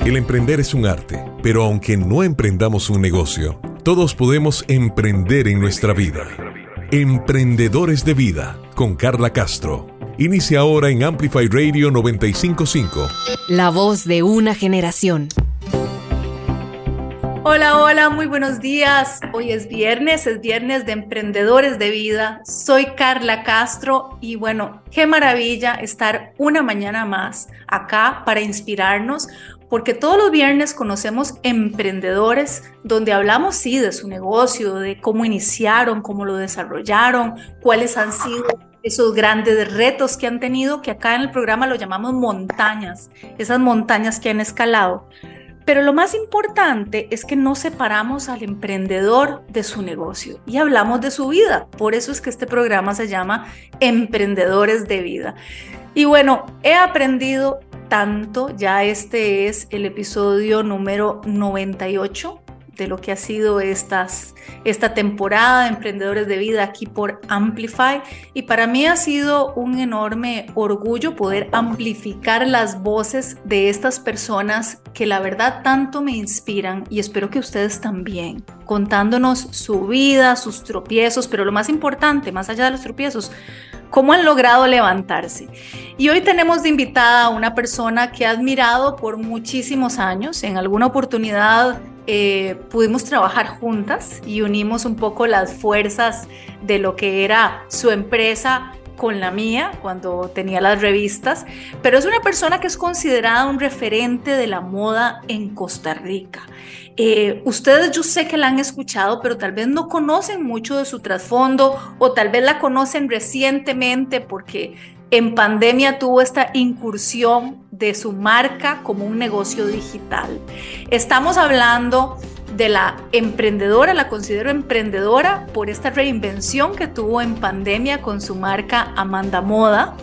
El emprender es un arte, pero aunque no emprendamos un negocio, todos podemos emprender en nuestra vida. Emprendedores de Vida, con Carla Castro. Inicia ahora en Amplify Radio 95.5. La voz de una generación. Hola, hola, muy buenos días. Hoy es viernes de Emprendedores de Vida. Soy Carla Castro y bueno, qué maravilla estar una mañana más acá para inspirarnos, porque todos los viernes conocemos emprendedores donde hablamos, sí, de su negocio, de cómo iniciaron, cómo lo desarrollaron, cuáles han sido esos grandes retos que han tenido, que acá en el programa lo llamamos montañas, esas montañas que han escalado. Pero lo más importante es que no separamos al emprendedor de su negocio y hablamos de su vida. Por eso es que este programa se llama Emprendedores de Vida. Y bueno, he aprendido tanto, ya este es el episodio número 98 de lo que ha sido esta temporada de Emprendedores de Vida aquí por Amplify, y para mí ha sido un enorme orgullo poder amplificar las voces de estas personas que la verdad tanto me inspiran, y espero que ustedes también, contándonos su vida, sus tropiezos, pero lo más importante, más allá de los tropiezos, cómo han logrado levantarse. Y hoy tenemos de invitada a una persona que he admirado por muchísimos años. En alguna oportunidad pudimos trabajar juntas y unimos un poco las fuerzas de lo que era su empresa con la mía cuando tenía las revistas, pero es una persona que es considerada un referente de la moda en Costa Rica. Ustedes yo sé que la han escuchado, pero tal vez no conocen mucho de su trasfondo, o tal vez la conocen recientemente porque en pandemia tuvo esta incursión de su marca como un negocio digital. Estamos hablando de la emprendedora, la considero emprendedora por esta reinvención que tuvo en pandemia con su marca Amanda Moda,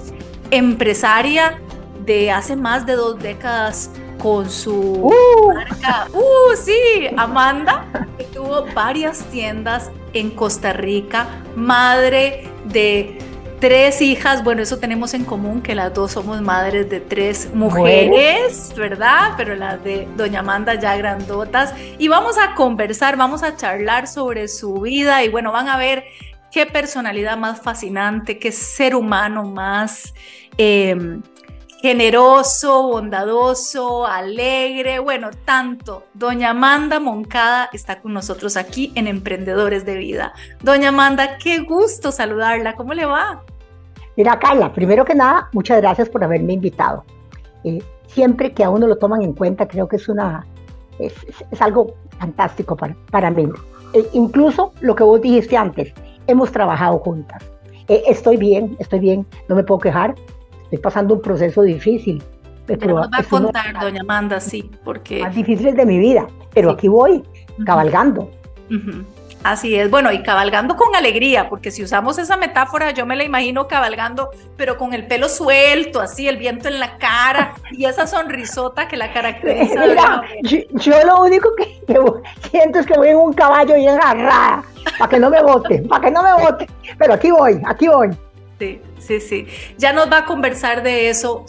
empresaria de hace más de 2 décadas con su marca, sí, Amanda, que tuvo varias tiendas en Costa Rica, madre de 3 hijas, bueno, eso tenemos en común, que las dos somos madres de 3 mujeres, ¿verdad? Pero las de doña Amanda ya grandotas. Y vamos a conversar, vamos a charlar sobre su vida y bueno, van a ver qué personalidad más fascinante, qué ser humano más generoso, bondadoso, alegre, bueno, tanto. Doña Amanda Moncada está con nosotros aquí en Emprendedores de Vida. Doña Amanda, qué gusto saludarla, ¿cómo le va? Mira, Carla, primero que nada, muchas gracias por haberme invitado. Siempre que a uno lo toman en cuenta, creo que es algo fantástico para mí. Incluso lo que vos dijiste antes, hemos trabajado juntas. Estoy bien, no me puedo quejar. Estoy pasando un proceso difícil. Pero nos va a contar, doña Amanda, sí, porque... Más difíciles de mi vida, pero sí. Aquí voy, cabalgando. Uh-huh. Así es, bueno, y cabalgando con alegría, porque si usamos esa metáfora, yo me la imagino cabalgando, pero con el pelo suelto, así, el viento en la cara, y esa sonrisota que la caracteriza. Mira, yo lo único que siento es que voy en un caballo y agarrada, para que no me bote, pero aquí voy. Sí. Ya nos va a conversar de eso,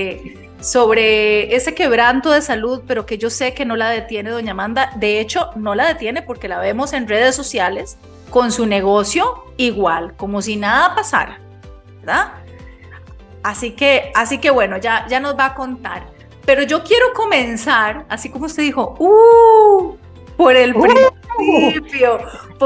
sobre ese quebranto de salud, pero que yo sé que no la detiene doña Amanda. De hecho, no la detiene porque la vemos en redes sociales con su negocio igual, como si nada pasara, ¿verdad? Así que bueno, ya nos va a contar. Pero yo quiero comenzar, así como usted dijo, por el principio,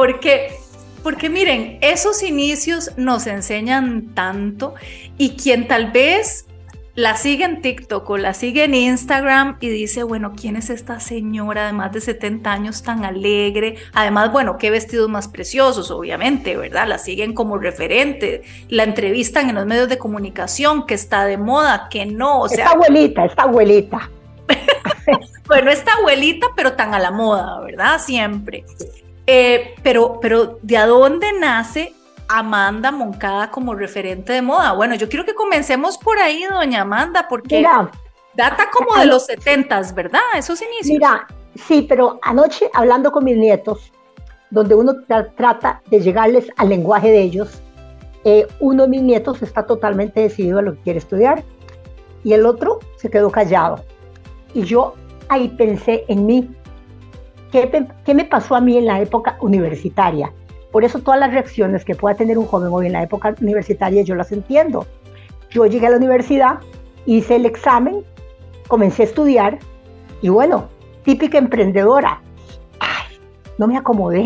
porque miren, esos inicios nos enseñan tanto, y quien tal vez la sigue en TikTok o la sigue en Instagram y dice, bueno, ¿quién es esta señora de más de 70 años tan alegre? Además, bueno, qué vestidos más preciosos, obviamente, ¿verdad? La siguen como referente, la entrevistan en los medios de comunicación, que está de moda, que no, o sea... Esta abuelita. Bueno, esta abuelita, pero tan a la moda, ¿verdad? Siempre. Pero ¿de dónde nace Amanda Moncada como referente de moda? Bueno, yo quiero que comencemos por ahí, doña Amanda, porque data como de los 70s, ¿verdad? Esos inicios. Mira, sí, pero anoche hablando con mis nietos, donde uno trata de llegarles al lenguaje de ellos, uno de mis nietos está totalmente decidido a lo que quiere estudiar y el otro se quedó callado. Y yo ahí pensé en mí. ¿Qué me pasó a mí en la época universitaria? Por eso todas las reacciones que pueda tener un joven hoy en la época universitaria yo las entiendo. Yo llegué a la universidad, hice el examen, comencé a estudiar y bueno, típica emprendedora. Ay, no me acomodé.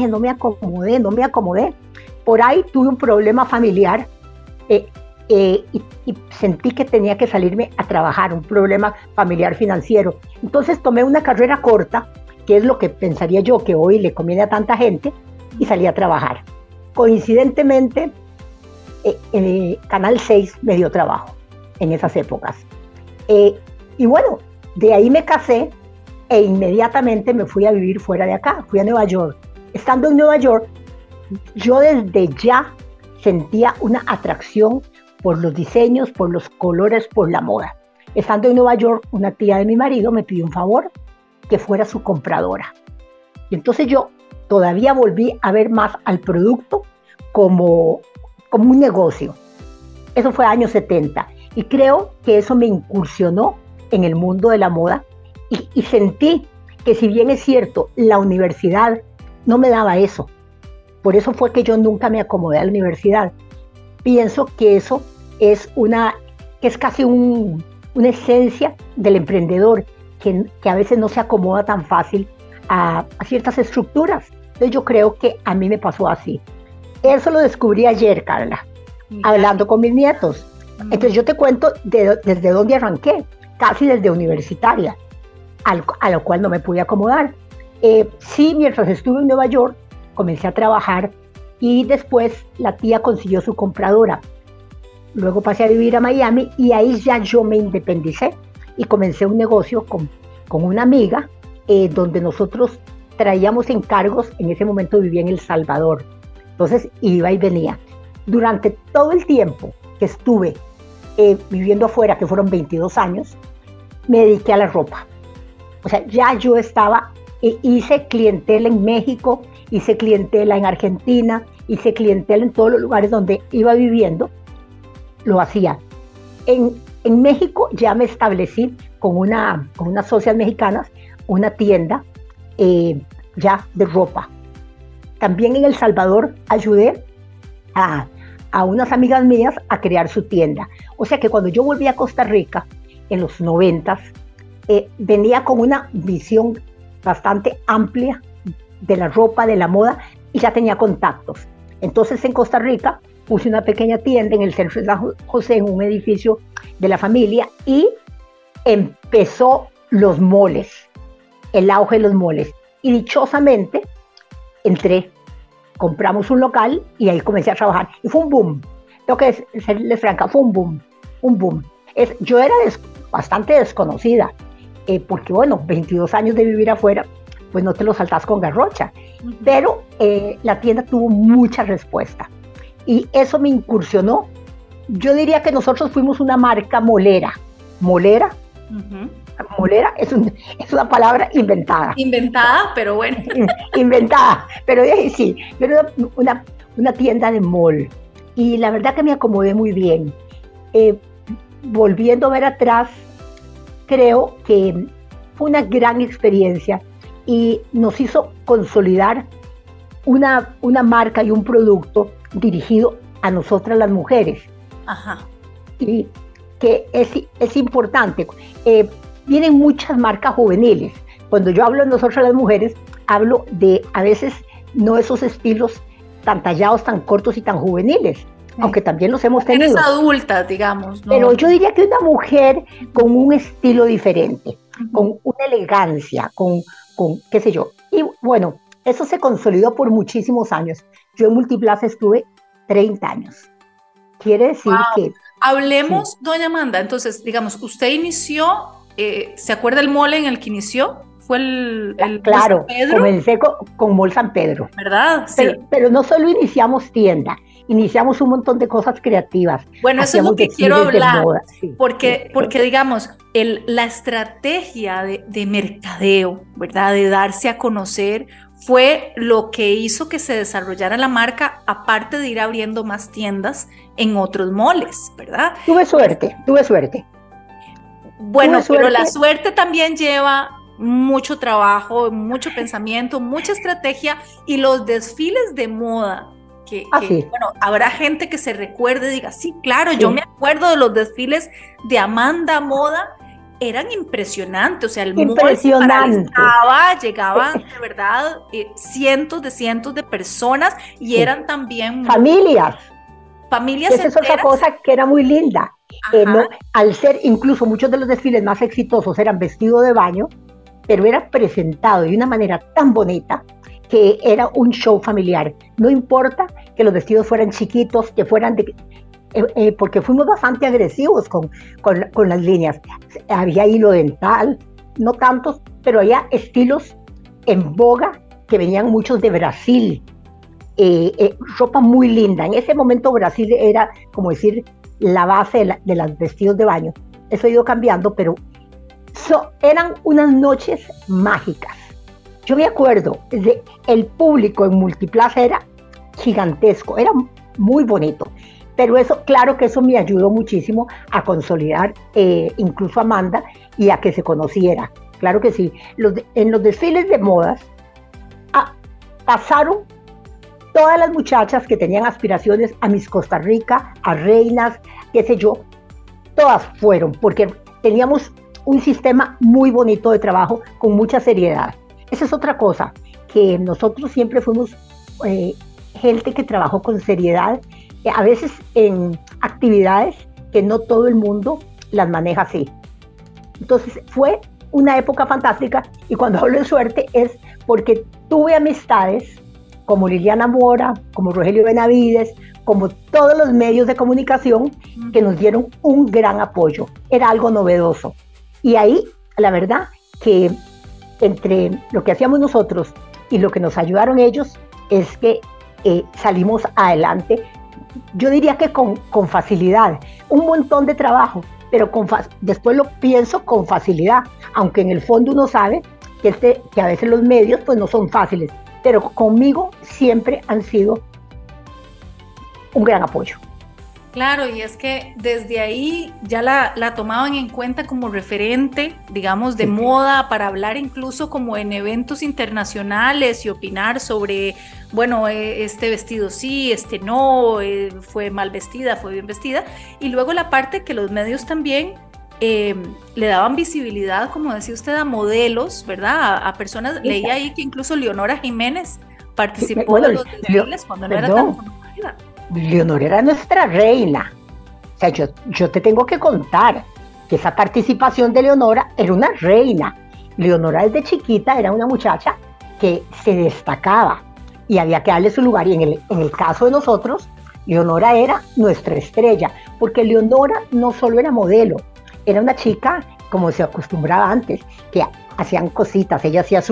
Por ahí tuve un problema familiar y sentí que tenía que salirme a trabajar, un problema familiar financiero. Entonces tomé una carrera corta, que es lo que pensaría yo que hoy le conviene a tanta gente, y salí a trabajar. Coincidentemente, Canal 6 me dio trabajo en esas épocas. Y bueno, de ahí me casé e inmediatamente me fui a vivir fuera de acá, fui a Nueva York. Estando en Nueva York, yo desde ya sentía una atracción por los diseños, por los colores, por la moda. Estando en Nueva York, una tía de mi marido me pidió un favor, que fuera su compradora. Y entonces yo todavía volví a ver más al producto como un negocio. Eso fue años 70. Y creo que eso me incursionó en el mundo de la moda y sentí que, si bien es cierto, la universidad no me daba eso. Por eso fue que yo nunca me acomodé a la universidad. Pienso que eso es casi una esencia del emprendedor, que a veces no se acomoda tan fácil a ciertas estructuras. Entonces yo creo que a mí me pasó así. Eso lo descubrí ayer, Carla, hablando con mis nietos. Entonces yo te cuento desde dónde arranqué, casi desde universitaria, a lo cual no me pude acomodar. Sí, mientras estuve en Nueva York, comencé a trabajar y después la tía consiguió su compradora. Luego pasé a vivir a Miami y ahí ya yo me independicé y comencé un negocio con una amiga donde nosotros traíamos encargos. En ese momento vivía en El Salvador, entonces iba y venía. Durante todo el tiempo que estuve viviendo afuera, que fueron 22 años, me dediqué a la ropa. O sea, ya yo hice clientela en México, hice clientela en Argentina, hice clientela en todos los lugares donde iba viviendo, lo hacía. En México ya me establecí con unas socias mexicanas, una tienda ya de ropa. También en El Salvador ayudé a unas amigas mías a crear su tienda. O sea que cuando yo volví a Costa Rica en los 90s, venía con una visión bastante amplia de la ropa, de la moda, y ya tenía contactos. Entonces en Costa Rica puse una pequeña tienda en el centro de San José, en un edificio de la familia, y empezó los moles, el auge de los moles. Y dichosamente compramos un local y ahí comencé a trabajar. Y fue un boom. Tengo que serles franca, fue un boom. Yo era bastante desconocida, porque bueno, 22 años de vivir afuera, pues no te lo saltas con garrocha. Pero la tienda tuvo mucha respuesta. Y eso me incursionó. Yo diría que nosotros fuimos una marca molera. Molera es una palabra inventada. Inventada, pero bueno. Inventada, pero sí, era una tienda de mall. Y la verdad que me acomodé muy bien. Volviendo a ver atrás, creo que fue una gran experiencia y nos hizo consolidar una marca y un producto dirigido a nosotras las mujeres. Ajá. Y que es importante. Vienen muchas marcas juveniles. Cuando yo hablo de nosotras las mujeres, hablo de, a veces, no esos estilos tan tallados, tan cortos y tan juveniles, aunque también los hemos tenido. Eres adulta, digamos, ¿no? Pero yo diría que una mujer con un estilo diferente, con una elegancia, con qué sé yo. Y bueno, eso se consolidó por muchísimos años. Yo en Multiplaza estuve 30 años. Quiere decir que... Hablemos, sí. Doña Amanda, entonces, digamos, usted inició, ¿se acuerda el mall en el que inició? Fue el claro, San Pedro. Comencé con Mall San Pedro. ¿Verdad? Sí. Pero no solo iniciamos tienda, iniciamos un montón de cosas creativas. Bueno, eso es lo que quiero hablar, sí, porque digamos, la estrategia de mercadeo, ¿verdad? De darse a conocer, fue lo que hizo que se desarrollara la marca, aparte de ir abriendo más tiendas en otros moles, ¿verdad? Tuve suerte. Bueno, pero la suerte también lleva mucho trabajo, mucho pensamiento, mucha estrategia, y los desfiles de moda, bueno, habrá gente que se recuerde y diga, sí, claro, yo me acuerdo de los desfiles de Amanda Moda, eran impresionantes, o sea, el mundo se paralizaba, llegaban de verdad cientos de personas, y eran también familias esa es otra cosa que era muy linda. No, al ser, incluso muchos de los desfiles más exitosos eran vestido de baño, pero era presentado de una manera tan bonita que era un show familiar. No importa que los vestidos fueran chiquitos, que fueran porque fuimos bastante agresivos con las líneas. Había hilo dental, no tantos, pero había estilos en boga que venían muchos de Brasil. Ropa muy linda. En ese momento Brasil era, como decir, la base de los vestidos de baño. Eso ha ido cambiando, pero eran unas noches mágicas. Yo me acuerdo, el público en Multiplaza era gigantesco, era muy bonito. Pero eso, claro que eso me ayudó muchísimo a consolidar incluso a Amanda y a que se conociera. Claro que sí. En los desfiles de modas pasaron todas las muchachas que tenían aspiraciones a Miss Costa Rica, a reinas, qué sé yo, todas fueron, porque teníamos un sistema muy bonito de trabajo con mucha seriedad. Esa es otra cosa, que nosotros siempre fuimos gente que trabajó con seriedad, a veces en actividades que no todo el mundo las maneja así. Entonces fue una época fantástica, y cuando hablo de suerte es porque tuve amistades como Liliana Mora, como Rogelio Benavides, como todos los medios de comunicación que nos dieron un gran apoyo. Era algo novedoso. Y ahí, la verdad, que entre lo que hacíamos nosotros y lo que nos ayudaron ellos, es que salimos adelante. Yo diría que con facilidad, un montón de trabajo, pero después lo pienso con facilidad, aunque en el fondo uno sabe que a veces los medios pues no son fáciles, pero conmigo siempre han sido un gran apoyo. Claro, y es que desde ahí ya la tomaban en cuenta como referente, digamos, de moda, para hablar incluso como en eventos internacionales y opinar sobre, bueno, este vestido sí, este no, fue mal vestida, fue bien vestida. Y luego la parte que los medios también le daban visibilidad, como decía usted, a modelos, ¿verdad? A personas. Leí ahí que incluso Leonora Jiménez participó de los desfiles cuando no era tan conocida. Leonora era nuestra reina. O sea, yo te tengo que contar que esa participación de Leonora era una reina. Leonora desde chiquita era una muchacha que se destacaba y había que darle su lugar. Y en el caso de nosotros, Leonora era nuestra estrella, porque Leonora no solo era modelo, era una chica, como se acostumbraba antes, que hacían cositas. Ella hacía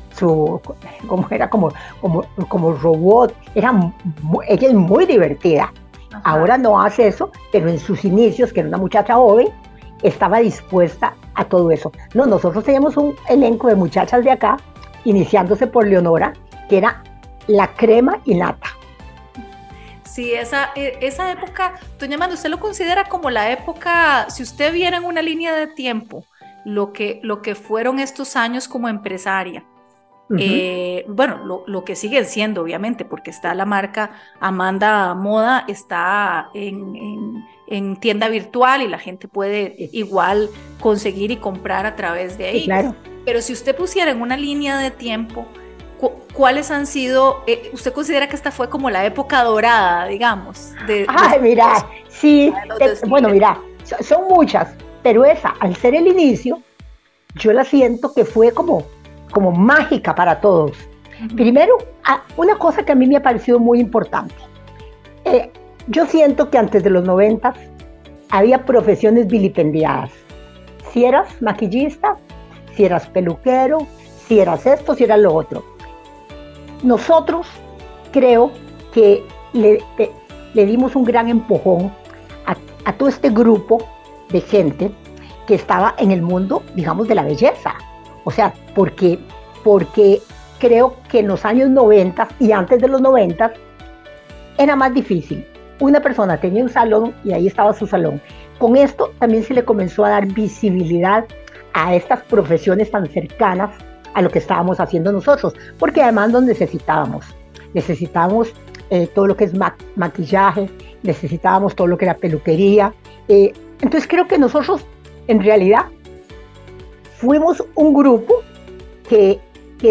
como robot. Ella es muy divertida. Ajá. Ahora no hace eso, pero en sus inicios, que era una muchacha joven, estaba dispuesta a todo eso. No, nosotros teníamos un elenco de muchachas de acá, iniciándose por Leonora, que era la crema y nata. Sí, esa época, doña Amanda, ¿usted lo considera como la época, si usted viera en una línea de tiempo, lo que fueron estos años como empresaria? Bueno, lo que siguen siendo, obviamente, porque está la marca Amanda Moda, está en tienda virtual y la gente puede igual conseguir y comprar a través de ahí. Sí, claro. Pero si usted pusiera en una línea de tiempo, ¿cuáles han sido? ¿Usted considera que esta fue como la época dorada, digamos? Mira, sí, bueno, mira, son muchas, pero esa, al ser el inicio, yo la siento que fue como mágica para todos. Primero, una cosa que a mí me ha parecido muy importante. Yo siento que antes de los 90 había profesiones vilipendiadas. Si eras maquillista, si eras peluquero, si eras esto, si eras lo otro. Nosotros creo que le dimos un gran empujón a todo este grupo de gente que estaba en el mundo, digamos, de la belleza. O sea, porque creo que en los años 90 y antes de los 90 era más difícil. Una persona tenía un salón y ahí estaba su salón. Con esto también se le comenzó a dar visibilidad a estas profesiones tan cercanas a lo que estábamos haciendo nosotros, porque además nos necesitábamos todo lo que es maquillaje, necesitábamos todo lo que era peluquería. Entonces creo que nosotros en realidad fuimos un grupo que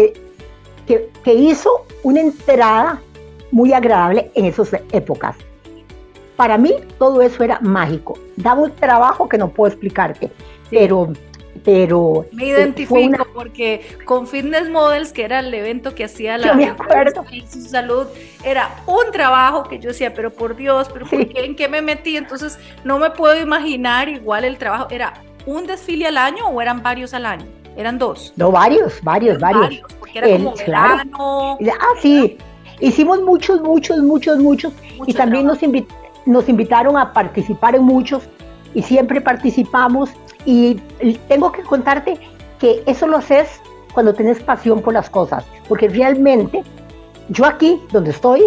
hizo una entrada muy agradable en esas épocas. Para mí todo eso era mágico. Daba un trabajo que no puedo explicarte, sí. pero me identifico porque con Fitness Models, que era el evento que hacía yo me acuerdo. Su salud, era un trabajo que yo decía, pero por Dios, pero ¿por qué? ¿En qué me metí? Entonces no me puedo imaginar igual el trabajo. ¿Era un desfile al año o eran varios al año? ¿Eran dos? No, varios. Porque era como verano. Sí, hicimos muchos. Y también nos invitaron a participar en muchos y siempre participamos. Y tengo que contarte que eso lo haces cuando tienes pasión por las cosas, porque realmente yo aquí donde estoy,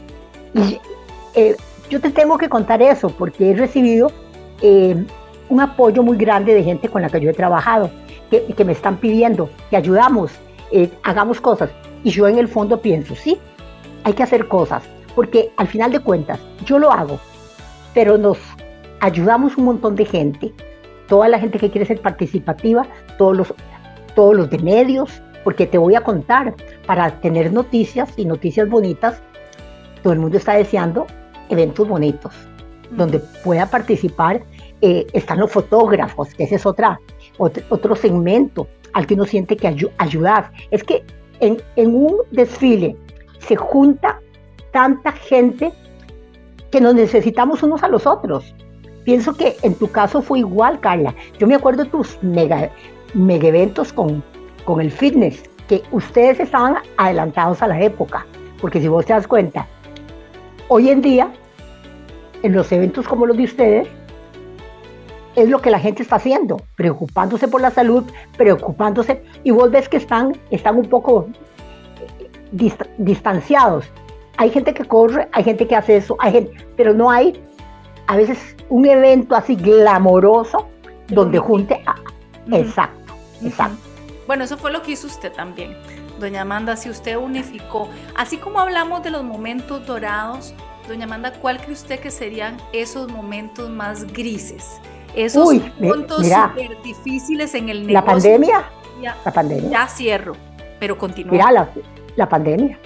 yo te tengo que contar eso, porque he recibido un apoyo muy grande de gente con la que yo he trabajado, que me están pidiendo que ayudamos, hagamos cosas, y yo en el fondo pienso, sí, hay que hacer cosas, porque al final de cuentas yo lo hago, pero nos ayudamos un montón de gente, toda la gente que quiere ser participativa, todos los de medios, porque te voy a contar, para tener noticias y noticias bonitas, todo el mundo está deseando eventos bonitos, donde pueda participar, están los fotógrafos, que ese es otro segmento al que uno siente que ayudar. Es que en un desfile se junta tanta gente que nos necesitamos unos a los otros. Pienso que en tu caso fue igual, Carla. Yo me acuerdo de tus mega eventos con el fitness, que ustedes estaban adelantados a la época, porque si vos te das cuenta, hoy en día, en los eventos como los de ustedes, es lo que la gente está haciendo, preocupándose por la salud, preocupándose, y vos ves que están un poco distanciados. Hay gente que corre, hay gente que hace eso, pero no hay a veces un evento así glamoroso donde junte a... Exacto. Bueno, eso fue lo que hizo usted también, doña Amanda, si usted unificó, así como hablamos de los momentos dorados, doña Amanda, ¿cuál cree usted que serían esos momentos más grises? Esos puntos súper difíciles en el negocio. La pandemia. Ya cierro, pero continúa. Mira, la pandemia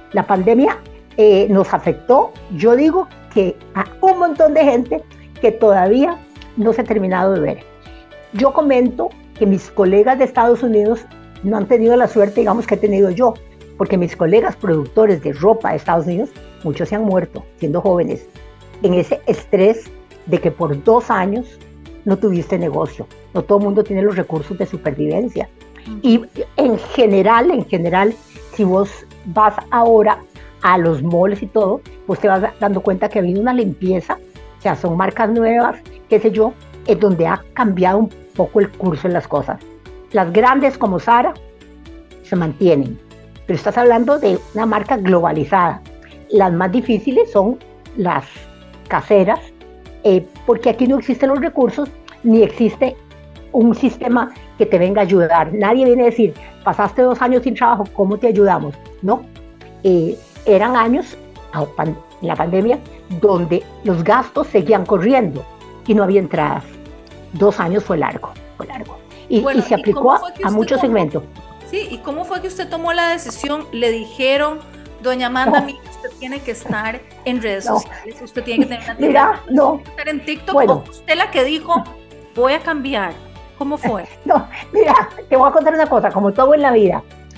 nos afectó, yo digo que a un montón de gente que todavía no se ha terminado de ver. Yo comento que mis colegas de Estados Unidos no han tenido la suerte, digamos, que he tenido yo, porque mis colegas productores de ropa de Estados Unidos, muchos se han muerto siendo jóvenes, en ese estrés de que por 2 años no tuviste negocio. No todo el mundo tiene los recursos de supervivencia. Y en general, si vos vas ahora a los malls y todo, pues te vas dando cuenta que ha habido una limpieza, o sea, son marcas nuevas, qué sé yo, es donde ha cambiado un poco el curso en las cosas. Las grandes como Zara se mantienen, pero estás hablando de una marca globalizada. Las más difíciles son las caseras, porque aquí no existen los recursos, ni existe un sistema que te venga a ayudar. Nadie viene a decir, pasaste 2 años sin trabajo, ¿cómo te ayudamos? No. Eran años, en la pandemia, donde los gastos seguían corriendo y no había entradas. 2 años fue largo. Y se aplicó a muchos segmentos. Sí, ¿y cómo fue que usted tomó la decisión? Le dijeron, doña Amanda, mira, usted tiene que estar en redes sociales, usted tiene que tener una estar en TikTok, o usted la que dijo, voy a cambiar. ¿Cómo fue? No, mira, te voy a contar una cosa, como todo en la vida.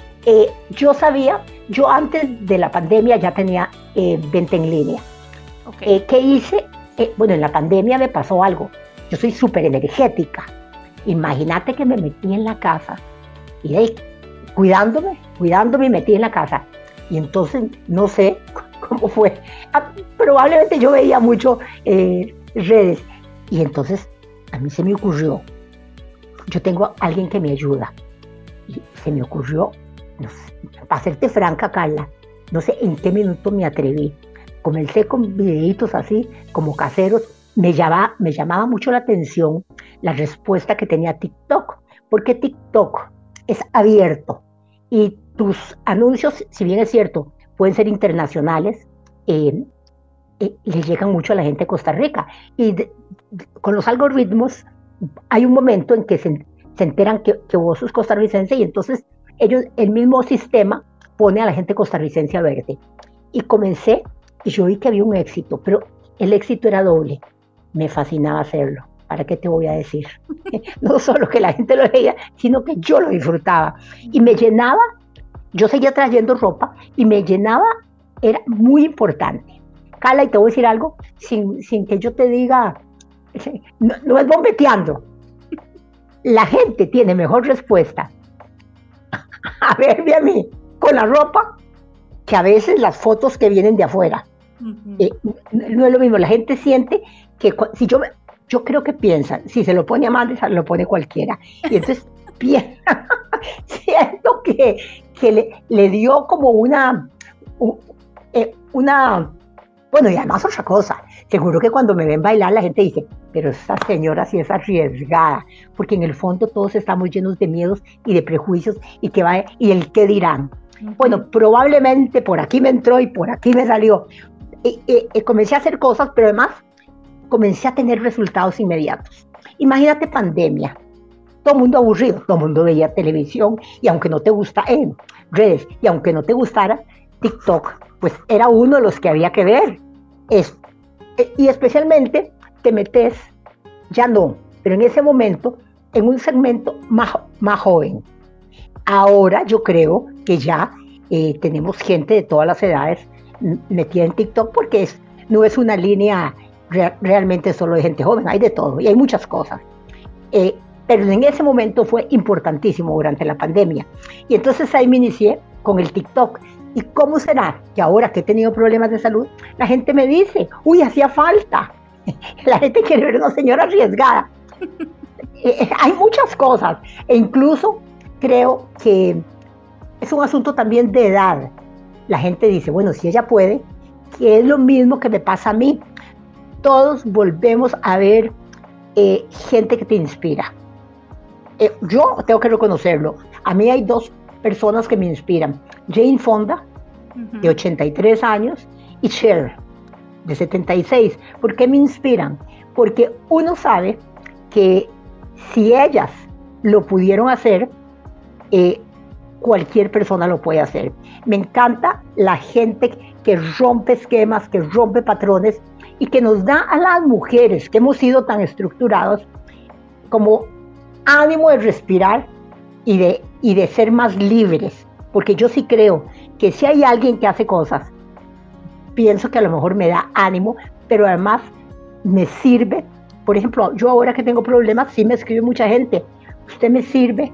Yo antes de la pandemia ya tenía venta en línea. Okay. ¿Qué hice? En la pandemia me pasó algo. Yo soy súper energética. Imagínate que me metí en la casa y cuidándome, metí en la casa. Y entonces, no sé cómo fue. Probablemente yo veía mucho redes. Y entonces, a mí se me ocurrió, yo tengo a alguien que me ayuda. Y se me ocurrió, no sé, para serte franca, Carla, no sé en qué minuto me atreví. Comencé con videitos así, como caseros. Me llamaba mucho la atención la respuesta que tenía TikTok, porque TikTok es abierto y tus anuncios, si bien es cierto, pueden ser internacionales, les llegan mucho a la gente de Costa Rica. Y con los algoritmos hay un momento en que se enteran que vos sos costarricense y entonces el mismo sistema pone a la gente costarricense a verte. Y comencé y yo vi que había un éxito, pero el éxito era doble. Me fascinaba hacerlo. ¿Para qué te voy a decir? No solo que la gente lo veía, sino que yo lo disfrutaba. Y me llenaba, yo seguía trayendo ropa y me llenaba, era muy importante. Carla, y te voy a decir algo, sin que yo te diga, no es bombeteando. La gente tiene mejor respuesta a verme a mí con la ropa que a veces las fotos que vienen de afuera. No es lo mismo, la gente siente que si yo creo que piensan, si se lo pone Amanda, se lo pone cualquiera. Y entonces siento que le dio como una, bueno, y además otra cosa, seguro que cuando me ven bailar la gente dice, pero esta señora sí es arriesgada, porque en el fondo todos estamos llenos de miedos y de prejuicios y el qué dirán. Bueno, probablemente por aquí me entró y por aquí me salió. Comencé a hacer cosas, pero además comencé a tener resultados inmediatos. Imagínate pandemia, todo el mundo aburrido, todo el mundo veía televisión y aunque no te gusta redes, y aunque no te gustara TikTok, pues era uno de los que había que ver. Y especialmente te metes, ya no, pero en ese momento, en un segmento más joven. Ahora yo creo que ya tenemos gente de todas las edades metida en TikTok porque no es una línea realmente solo de gente joven, hay de todo y hay muchas cosas. Pero en ese momento fue importantísimo durante la pandemia. Y entonces ahí me inicié con el TikTok. ¿Y cómo será que ahora que he tenido problemas de salud, la gente me dice, uy, hacía falta? La gente quiere ver a una señora arriesgada. Hay muchas cosas. E incluso creo que es un asunto también de edad. La gente dice, bueno, si ella puede, que es lo mismo que me pasa a mí. Todos volvemos a ver gente que te inspira. Yo tengo que reconocerlo. A mí hay dos personas que me inspiran. Jane Fonda, de 83 años, y Cher, de 76. ¿Por qué me inspiran? Porque uno sabe que si ellas lo pudieron hacer, cualquier persona lo puede hacer. Me encanta la gente que rompe esquemas, que rompe patrones y que nos da a las mujeres que hemos sido tan estructurados como ánimo de respirar y de ser más libres, porque yo sí creo que si hay alguien que hace cosas, pienso que a lo mejor me da ánimo, pero además me sirve. Por ejemplo, yo ahora que tengo problemas, sí me escribe mucha gente, usted me sirve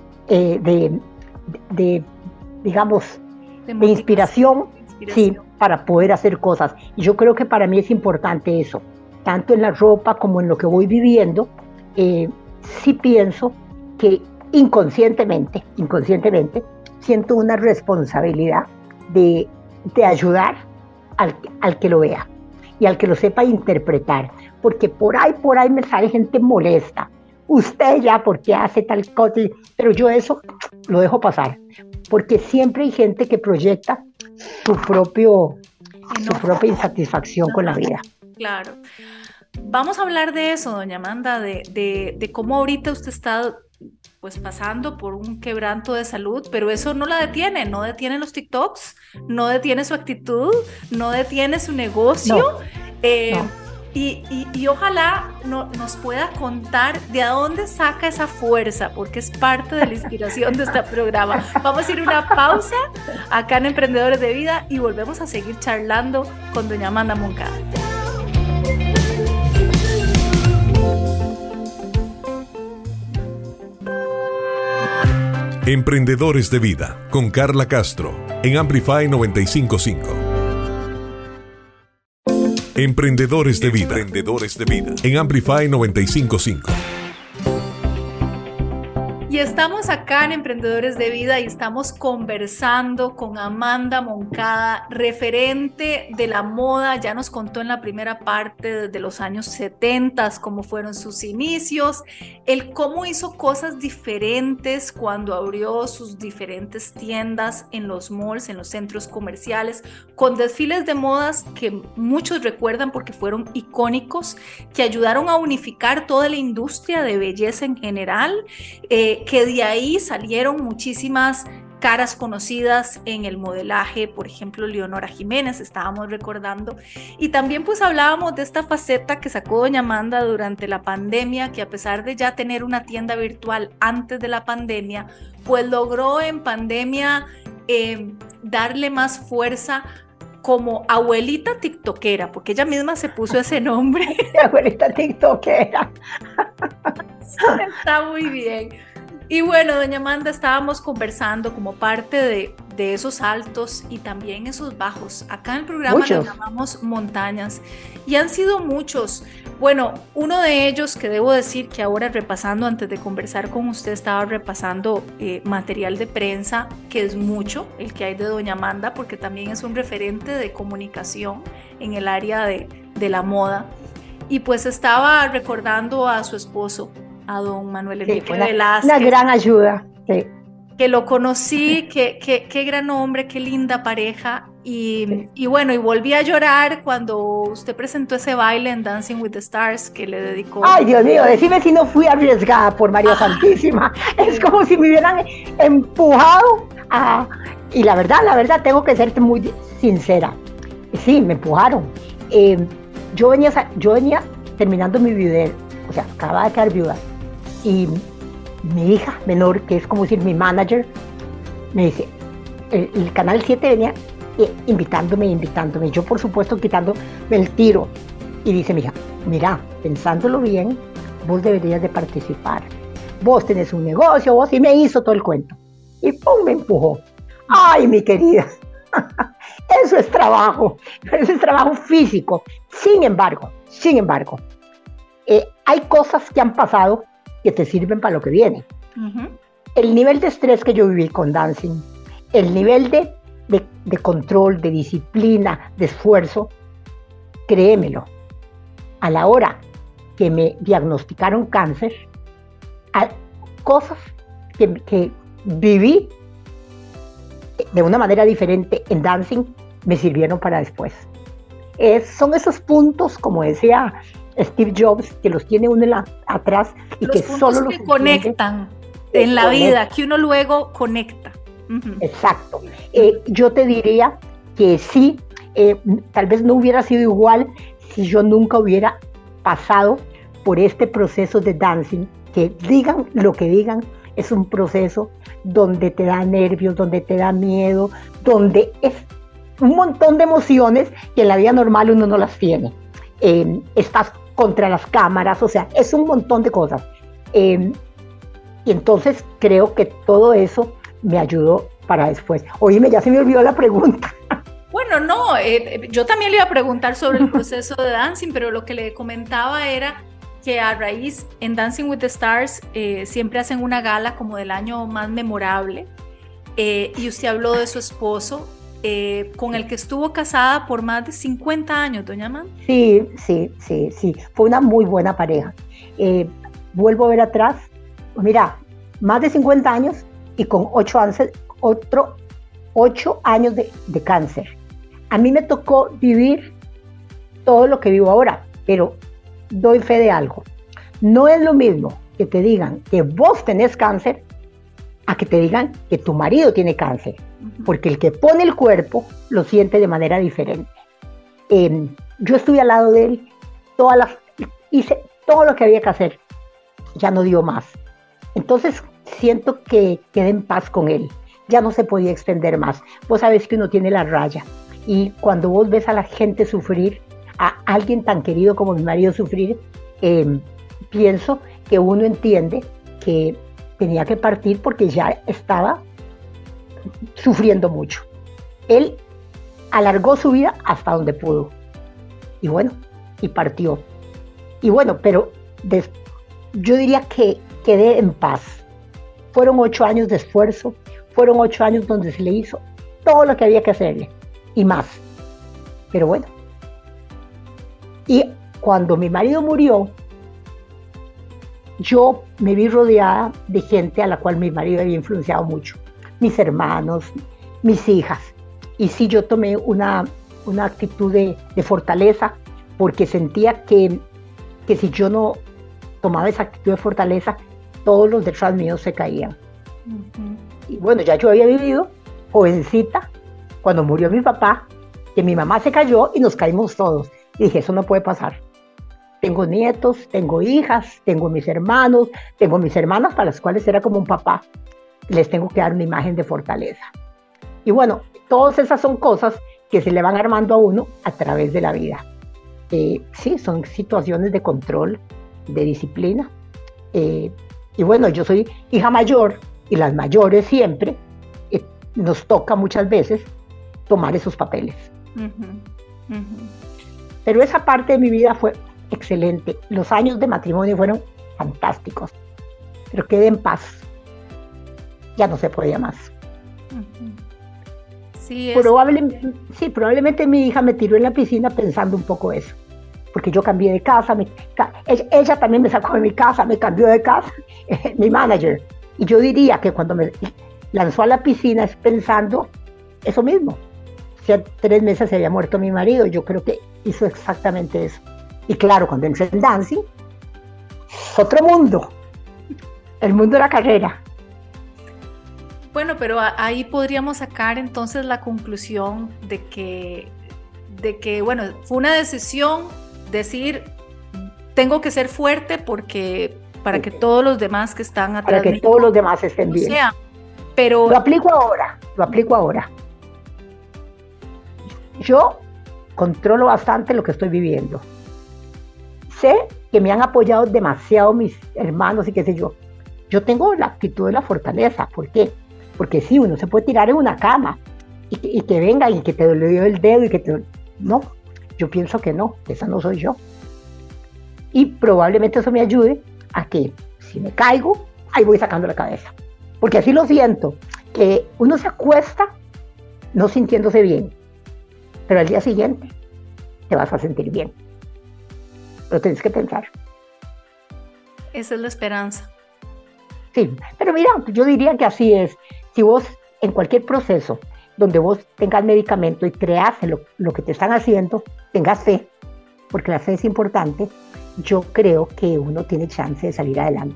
digamos, de inspiración, sí, para poder hacer cosas. Y yo creo que para mí es importante eso, tanto en la ropa como en lo que voy viviendo. Sí pienso que inconscientemente siento una responsabilidad de ayudar al que lo vea y al que lo sepa interpretar, porque por ahí me sale gente molesta. Usted ya, ¿por qué hace tal cosa? Pero yo eso lo dejo pasar, porque siempre hay gente que proyecta su propia insatisfacción con la vida. Claro. Vamos a hablar de eso, doña Amanda, de cómo ahorita usted está pues pasando por un quebranto de salud, pero eso no la detiene, no detiene los TikToks, no detiene su actitud, no detiene su negocio. No. Y ojalá nos pueda contar de dónde saca esa fuerza, porque es parte de la inspiración de este programa. Vamos a ir a una pausa acá en Emprendedores de Vida y volvemos a seguir charlando con doña Amanda Moncada. Emprendedores de Vida con Carla Castro en Amplify 95.5. Emprendedores de Vida en Amplify 95.5. Y estamos acá en Emprendedores de Vida y estamos conversando con Amanda Moncada, referente de la moda. Ya nos contó en la primera parte desde los años 70 cómo fueron sus inicios, el cómo hizo cosas diferentes cuando abrió sus diferentes tiendas en los malls, en los centros comerciales, con desfiles de modas que muchos recuerdan porque fueron icónicos, que ayudaron a unificar toda la industria de belleza en general, que de ahí salieron muchísimas caras conocidas en el modelaje, por ejemplo, Leonora Jiménez, estábamos recordando, y también pues hablábamos de esta faceta que sacó doña Amanda durante la pandemia, que a pesar de ya tener una tienda virtual antes de la pandemia, pues logró en pandemia darle más fuerza como abuelita tiktokera, porque ella misma se puso ese nombre. Abuelita tiktokera. Está muy bien. Y bueno, doña Amanda, estábamos conversando como parte de esos altos y también esos bajos. Acá en el programa le llamamos montañas y han sido muchos. Bueno, uno de ellos que debo decir que ahora repasando, antes de conversar con usted, estaba repasando material de prensa, que es mucho el que hay de doña Amanda, porque también es un referente de comunicación en el área de la moda. Y pues estaba recordando a su esposo, a don Manuel Enrique Velázquez. Una gran ayuda. Sí. Que lo conocí, qué gran hombre, qué linda pareja. Y bueno, y volví a llorar cuando usted presentó ese baile en Dancing with the Stars que le dedicó. Ay, Dios mío, decime si no fui arriesgada por María Santísima. Es como si me hubieran empujado a... Y la verdad, tengo que serte muy sincera. Sí, me empujaron. Yo venía terminando mi video, o sea, acababa de quedar viuda. Y mi hija menor, que es como decir mi manager, me dice, el Canal 7 venía invitándome, yo por supuesto quitándome el tiro, y dice mi hija, mira, pensándolo bien, vos deberías de participar, vos tenés un negocio, vos, y me hizo todo el cuento, y pum, me empujó. Ay, mi querida, eso es trabajo físico. Sin embargo, hay cosas que han pasado que te sirven para lo que viene. Uh-huh. El nivel de estrés que yo viví con dancing, el nivel de control, de disciplina, de esfuerzo, créemelo, a la hora que me diagnosticaron cáncer, cosas que viví de una manera diferente en dancing me sirvieron para después. Son esos puntos, como decía Steve Jobs, que los tiene uno atrás y los que solo los conectan en la vida, que uno luego conecta. Uh-huh. Exacto. Yo te diría que sí, tal vez no hubiera sido igual si yo nunca hubiera pasado por este proceso de dancing, que digan lo que digan, es un proceso donde te da nervios, donde te da miedo, donde es un montón de emociones que en la vida normal uno no las tiene. Estás contra las cámaras, o sea, es un montón de cosas. Y entonces creo que todo eso me ayudó para después. Oíme, ya se me olvidó la pregunta. Bueno, no, yo también le iba a preguntar sobre el proceso de dancing, pero lo que le comentaba era que a raíz, en Dancing with the Stars, siempre hacen una gala como del año más memorable, y usted habló de su esposo, con el que estuvo casada por más de 50 años, doña Amanda. Sí, fue una muy buena pareja. Vuelvo a ver atrás, mira, más de 50 años y con 8 años de cáncer. A mí me tocó vivir todo lo que vivo ahora, pero doy fe de algo. No es lo mismo que te digan que vos tenés cáncer a que te digan que tu marido tiene cáncer, porque el que pone el cuerpo lo siente de manera diferente. Yo estuve al lado de él, hice todo lo que había que hacer, ya no dio más. Entonces siento que quedé en paz con él, ya no se podía extender más. Vos sabés que uno tiene la raya, y cuando vos ves a la gente sufrir, a alguien tan querido como mi marido sufrir, pienso que uno entiende que tenía que partir porque ya estaba sufriendo mucho. Él alargó su vida hasta donde pudo. Y bueno, y partió. Y bueno, pero yo diría que quedé en paz. fueron 8 años de esfuerzo, fueron 8 años donde se le hizo todo lo que había que hacerle y más. Pero bueno. Y cuando mi marido murió, yo me vi rodeada de gente a la cual mi marido había influenciado mucho. Mis hermanos, mis hijas. Y sí, yo tomé una actitud de fortaleza, porque sentía que si yo no tomaba esa actitud de fortaleza, todos los detrás míos se caían. Uh-huh. Y bueno, ya yo había vivido, jovencita, cuando murió mi papá, que mi mamá se cayó y nos caímos todos. Y dije, eso no puede pasar. Tengo nietos, tengo hijas, tengo mis hermanos, tengo mis hermanas para las cuales era como un papá. Les tengo que dar una imagen de fortaleza. Y bueno, todas esas son cosas que se le van armando a uno a través de la vida. Sí, son situaciones de control, de disciplina. Y bueno, yo soy hija mayor y las mayores siempre nos toca muchas veces tomar esos papeles. Uh-huh. Uh-huh. Pero esa parte de mi vida fue excelente. Los años de matrimonio fueron fantásticos. Pero quedé en paz. Ya no se podía más. Uh-huh. Sí, probablemente mi hija me tiró en la piscina pensando un poco eso. Porque yo cambié de casa. Ella también me sacó de mi casa, me cambió de casa. Mi manager. Y yo diría que cuando me lanzó a la piscina es pensando eso mismo. Hacía 3 meses se había muerto mi marido. Yo creo que hizo exactamente eso. Y claro, cuando entré en dancing, es otro mundo. El mundo de la carrera. Bueno, pero ahí podríamos sacar entonces la conclusión de que, bueno, fue una decisión decir, tengo que ser fuerte para que todos los demás que están atrás para que todos los demás estén bien. Pero lo aplico ahora. Yo controlo bastante lo que estoy viviendo. Sé que me han apoyado demasiado mis hermanos y qué sé yo. Yo tengo la actitud de la fortaleza. ¿Por qué? Porque sí, uno se puede tirar en una cama y que venga y que te dolió el dedo y que te... No, yo pienso que no, esa no soy yo. Y probablemente eso me ayude a que si me caigo, ahí voy sacando la cabeza. Porque así lo siento, que uno se acuesta no sintiéndose bien, pero al día siguiente te vas a sentir bien. Lo tienes que pensar. Esa es la esperanza. Sí, pero mira, yo diría que así es. Si vos en cualquier proceso donde vos tengas medicamento y creas en lo que te están haciendo, tengas fe, porque la fe es importante, yo creo que uno tiene chance de salir adelante.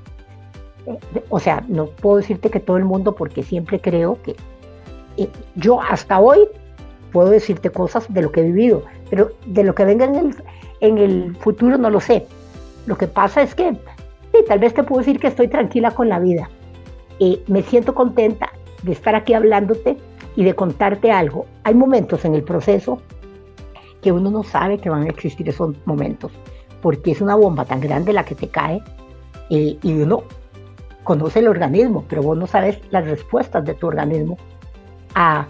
O sea, no puedo decirte que todo el mundo, porque siempre creo que yo hasta hoy puedo decirte cosas de lo que he vivido, pero de lo que venga en el futuro no lo sé. Lo que pasa es que sí, tal vez te puedo decir que estoy tranquila con la vida. Me siento contenta de estar aquí hablándote y de contarte algo. Hay momentos en el proceso que uno no sabe que van a existir esos momentos, porque es una bomba tan grande la que te cae y uno conoce el organismo, pero vos no sabes las respuestas de tu organismo a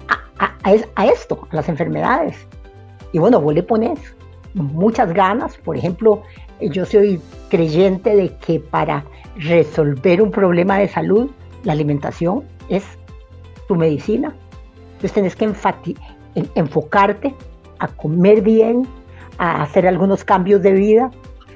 esto, a las enfermedades. Y bueno, vos le pones muchas ganas. Por ejemplo, yo soy creyente de que para resolver un problema de salud, la alimentación es tu medicina. Entonces tienes que enfocarte a comer bien, a hacer algunos cambios de vida.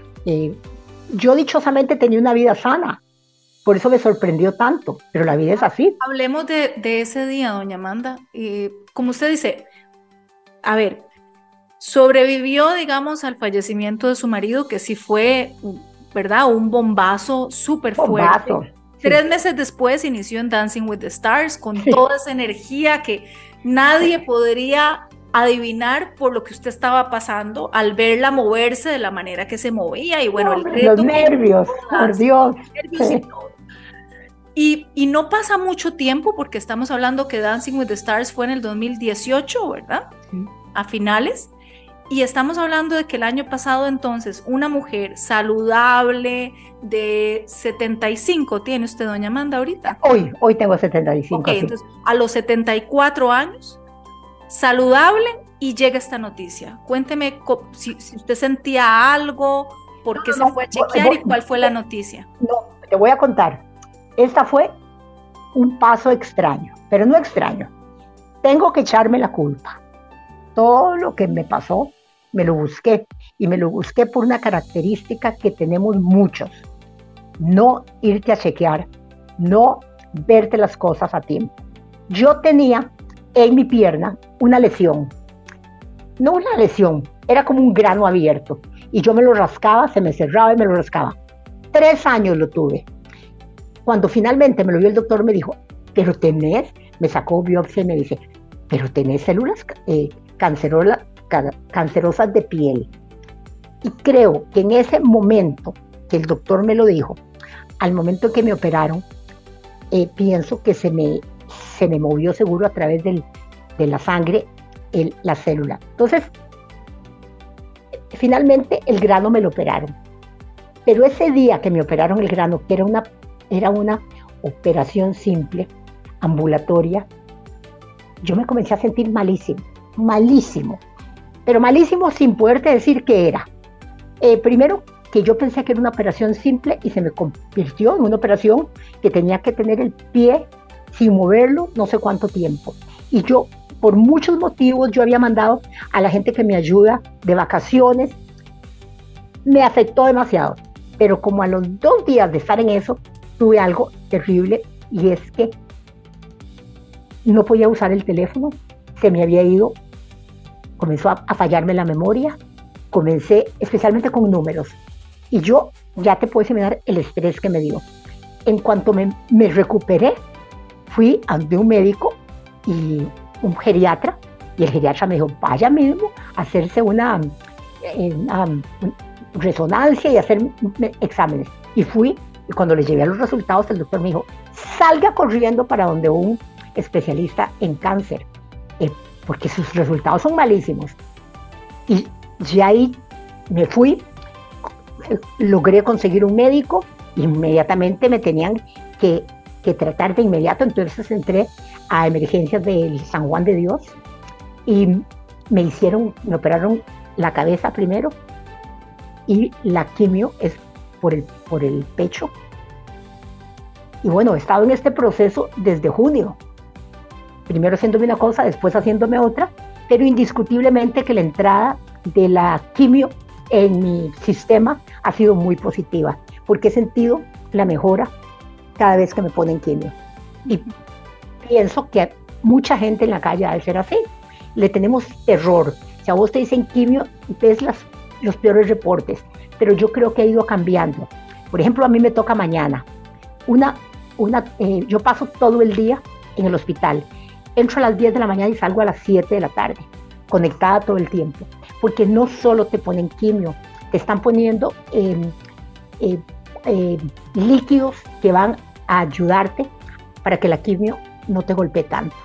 Yo dichosamente tenía una vida sana, por eso me sorprendió tanto, pero la vida es así. Hablemos de ese día, doña Amanda. Como usted dice, a ver, sobrevivió, digamos, al fallecimiento de su marido, que sí fue, ¿verdad? Un bombazo súper fuerte. Sí. 3 meses después inició en Dancing with the Stars con toda esa energía que nadie podría adivinar por lo que usted estaba pasando al verla moverse de la manera que se movía. Y bueno, el reto, los nervios, por Dios. Y no pasa mucho tiempo, porque estamos hablando que Dancing with the Stars fue en el 2018, ¿verdad? Sí. A finales. Y estamos hablando de que el año pasado, entonces, una mujer saludable de 75, ¿tiene usted, doña Amanda, ahorita? Hoy tengo 75. Ok, sí. Entonces, a los 74 años, saludable, y llega esta noticia. Cuénteme si usted sentía algo, por qué se fue a chequear y cuál fue la noticia. No, te voy a contar. Esta fue un paso extraño, pero no extraño. Tengo que echarme la culpa. Todo lo que me pasó, me lo busqué. Y me lo busqué por una característica que tenemos muchos. No irte a chequear, no verte las cosas a tiempo. Yo tenía en mi pierna una lesión. No una lesión, era como un grano abierto. Y yo me lo rascaba, se me cerraba y me lo rascaba. 3 años lo tuve. Cuando finalmente me lo vio el doctor, me dijo, pero tenés, me sacó biopsia y me dice, pero tenés células cancerosas de piel. Y creo que en ese momento que el doctor me lo dijo, al momento en que me operaron, pienso que se me movió seguro a través de la sangre la célula. Entonces, finalmente el grano me lo operaron. Pero ese día que me operaron el grano, que era una operación simple, ambulatoria, yo me comencé a sentir malísimo, pero malísimo sin poderte decir qué era. Primero, que yo pensé que era una operación simple y se me convirtió en una operación que tenía que tener el pie sin moverlo no sé cuánto tiempo. Y yo, por muchos motivos, yo había mandado a la gente que me ayuda de vacaciones. Me afectó demasiado. Pero como a los 2 días de estar en eso, tuve algo terrible y es que no podía usar el teléfono, se me había ido, comenzó a fallarme la memoria, comencé especialmente con números y yo ya te puedes imaginar el estrés que me dio. En cuanto me recuperé, fui ante un médico y un geriatra y el geriatra me dijo, vaya mismo a hacerse una resonancia y hacer exámenes. Y fui, y cuando le llevé los resultados, el doctor me dijo, salga corriendo para donde un especialista en cáncer, porque sus resultados son malísimos. Y ya ahí me fui, logré conseguir un médico, inmediatamente me tenían que tratar de inmediato, entonces entré a emergencias del San Juan de Dios y me operaron la cabeza primero y la quimio es por el pecho. Y bueno, he estado en este proceso desde junio, primero haciéndome una cosa, después haciéndome otra, pero indiscutiblemente que la entrada de la quimio en mi sistema ha sido muy positiva, porque he sentido la mejora cada vez que me ponen quimio. Y pienso que mucha gente en la calle ha de ser así. Le tenemos terror. Si a vos te dicen quimio, ves los peores reportes, pero yo creo que ha ido cambiando. Por ejemplo, a mí me toca mañana. Yo paso todo el día en el hospital. Entro a las 10 de la mañana y salgo a las 7 de la tarde, conectada todo el tiempo. Porque no solo te ponen quimio, te están poniendo líquidos que van a ayudarte para que la quimio no te golpee tanto.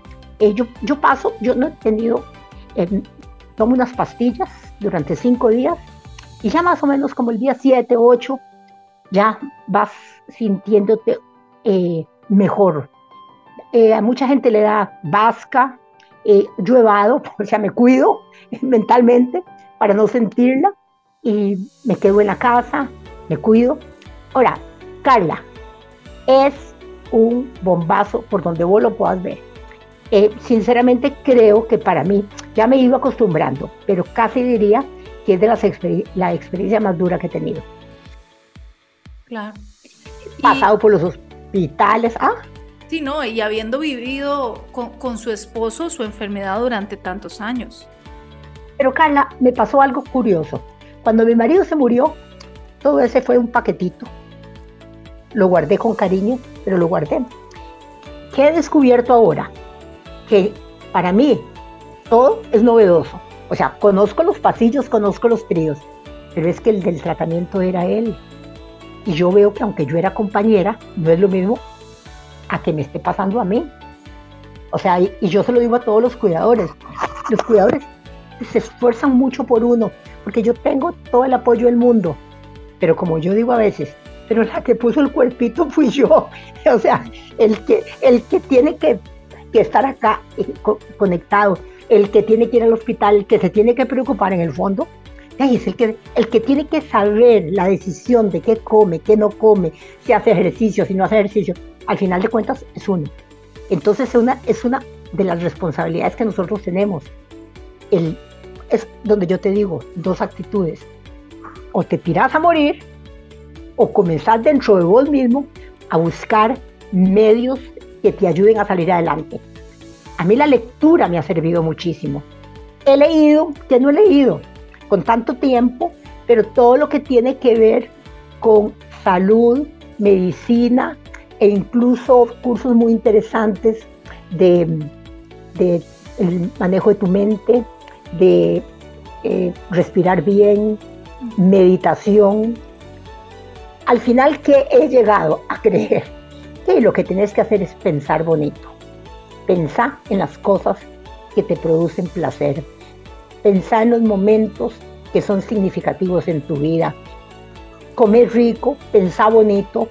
Yo no he tenido, tomo unas pastillas durante 5 días y ya más o menos como el día 7, 8, ya vas sintiéndote mejor. A mucha gente le da Vasca, yo evado, o sea, me cuido mentalmente para no sentirla y me quedo en la casa, me cuido. Ahora, Carla, es un bombazo por donde vos lo puedas ver. Sinceramente creo que para mí, ya me he ido acostumbrando, pero casi diría que es de la experiencia más dura que he tenido. Claro. Pasado por los hospitales. Sí, no, y habiendo vivido con su esposo su enfermedad durante tantos años. Pero Carla, me pasó algo curioso. Cuando mi marido se murió, todo ese fue un paquetito. Lo guardé con cariño, pero lo guardé. ¿Qué he descubierto ahora? Que para mí todo es novedoso. O sea, conozco los pasillos, conozco los tríos, pero es que el del tratamiento era él. Y yo veo que aunque yo era compañera, no es lo mismo a que me esté pasando a mí. O sea, y yo se lo digo a todos los cuidadores. Los cuidadores se esfuerzan mucho por uno, porque yo tengo todo el apoyo del mundo. Pero como yo digo a veces, pero la que puso el cuerpito fui yo. O sea, el que tiene que estar acá conectado, el que tiene que ir al hospital, el que se tiene que preocupar en el fondo, Es el que tiene que saber la decisión de qué come, qué no come, si hace ejercicio, si no hace ejercicio. Al final de cuentas es uno. Entonces es una de las responsabilidades que nosotros tenemos. Es donde yo te digo, dos actitudes. O te tiras a morir, o comenzás dentro de vos mismo a buscar medios que te ayuden a salir adelante. A mí la lectura me ha servido muchísimo. He leído, que no he leído con tanto tiempo, pero todo lo que tiene que ver con salud, medicina e incluso cursos muy interesantes de el manejo de tu mente, de respirar bien, meditación. Al final, que he llegado a creer que lo que tienes que hacer es pensar bonito. Pensar en las cosas que te producen placer. Pensar en los momentos que son significativos en tu vida. Comer rico, pensar bonito,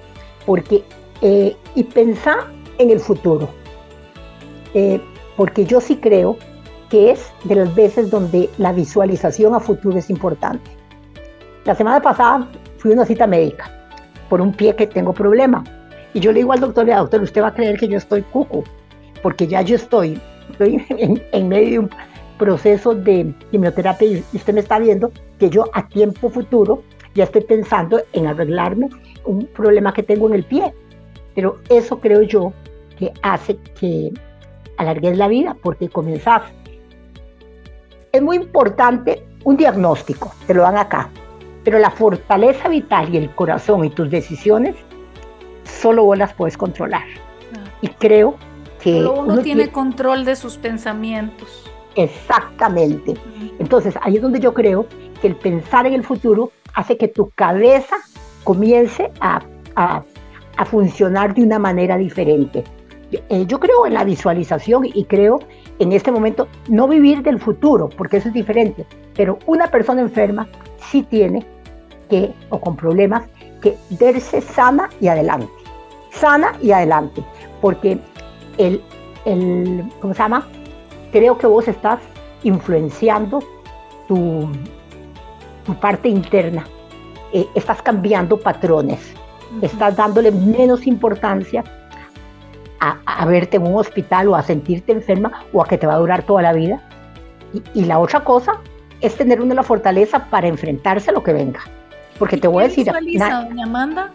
y pensar en el futuro. Porque yo sí creo que es de las veces donde la visualización a futuro es importante. La semana pasada fui a una cita médica por un pie que tengo problema. Y yo le digo al doctor, doctor, usted va a creer que yo estoy cuco, porque ya yo estoy en medio de un proceso de quimioterapia y usted me está viendo que yo a tiempo futuro ya estoy pensando en arreglarme un problema que tengo en el pie. Pero eso creo yo que hace que alargues la vida, porque comenzás. Es muy importante un diagnóstico, te lo dan acá, pero la fortaleza vital y el corazón y tus decisiones solo vos las puedes controlar. Y creo que solo uno tiene control de sus pensamientos. Exactamente. Entonces ahí es donde yo creo que el pensar en el futuro hace que tu cabeza comience a funcionar de una manera diferente. Yo creo en la visualización y creo en este momento no vivir del futuro, porque eso es diferente, pero una persona enferma sí tiene que, o con problemas, que verse sana y adelante, porque ¿cómo se llama? Creo que vos estás influenciando tu parte interna, estás cambiando patrones, estás dándole menos importancia a verte en un hospital o a sentirte enferma o a que te va a durar toda la vida. Y la otra cosa es tener la fortaleza para enfrentarse a lo que venga. Porque te voy a decir... ¿Visualiza, doña Amanda?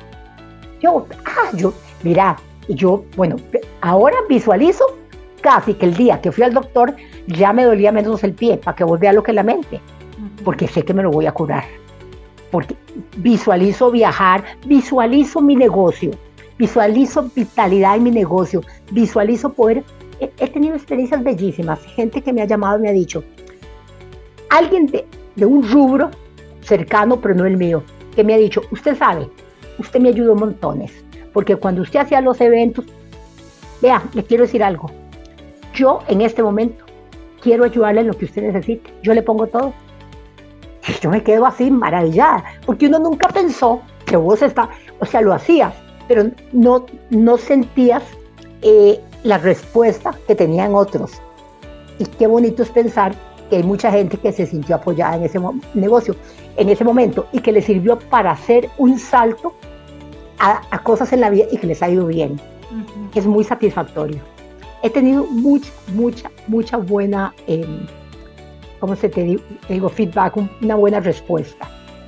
Bueno, ahora visualizo casi que el día que fui al doctor ya me dolía menos el pie, para que vos veas lo que es la mente, porque sé que me lo voy a curar. Porque visualizo viajar, visualizo mi negocio, visualizo vitalidad en mi negocio, visualizo poder... He tenido experiencias bellísimas, gente que me ha llamado y me ha dicho, alguien de un rubro cercano, pero no el mío, que me ha dicho, usted sabe, usted me ayudó montones, porque cuando usted hacía los eventos, vea, le quiero decir algo, yo en este momento quiero ayudarle en lo que usted necesite, yo le pongo todo. Y yo me quedo así maravillada, porque uno nunca pensó que vos lo hacías, pero no sentías la respuesta que tenían otros. Y qué bonito es pensar que hay mucha gente que se sintió apoyada en ese negocio, en ese momento, y que le sirvió para hacer un salto a cosas en la vida y que les ha ido bien. Es muy satisfactorio. He tenido mucha buena, feedback, una buena respuesta.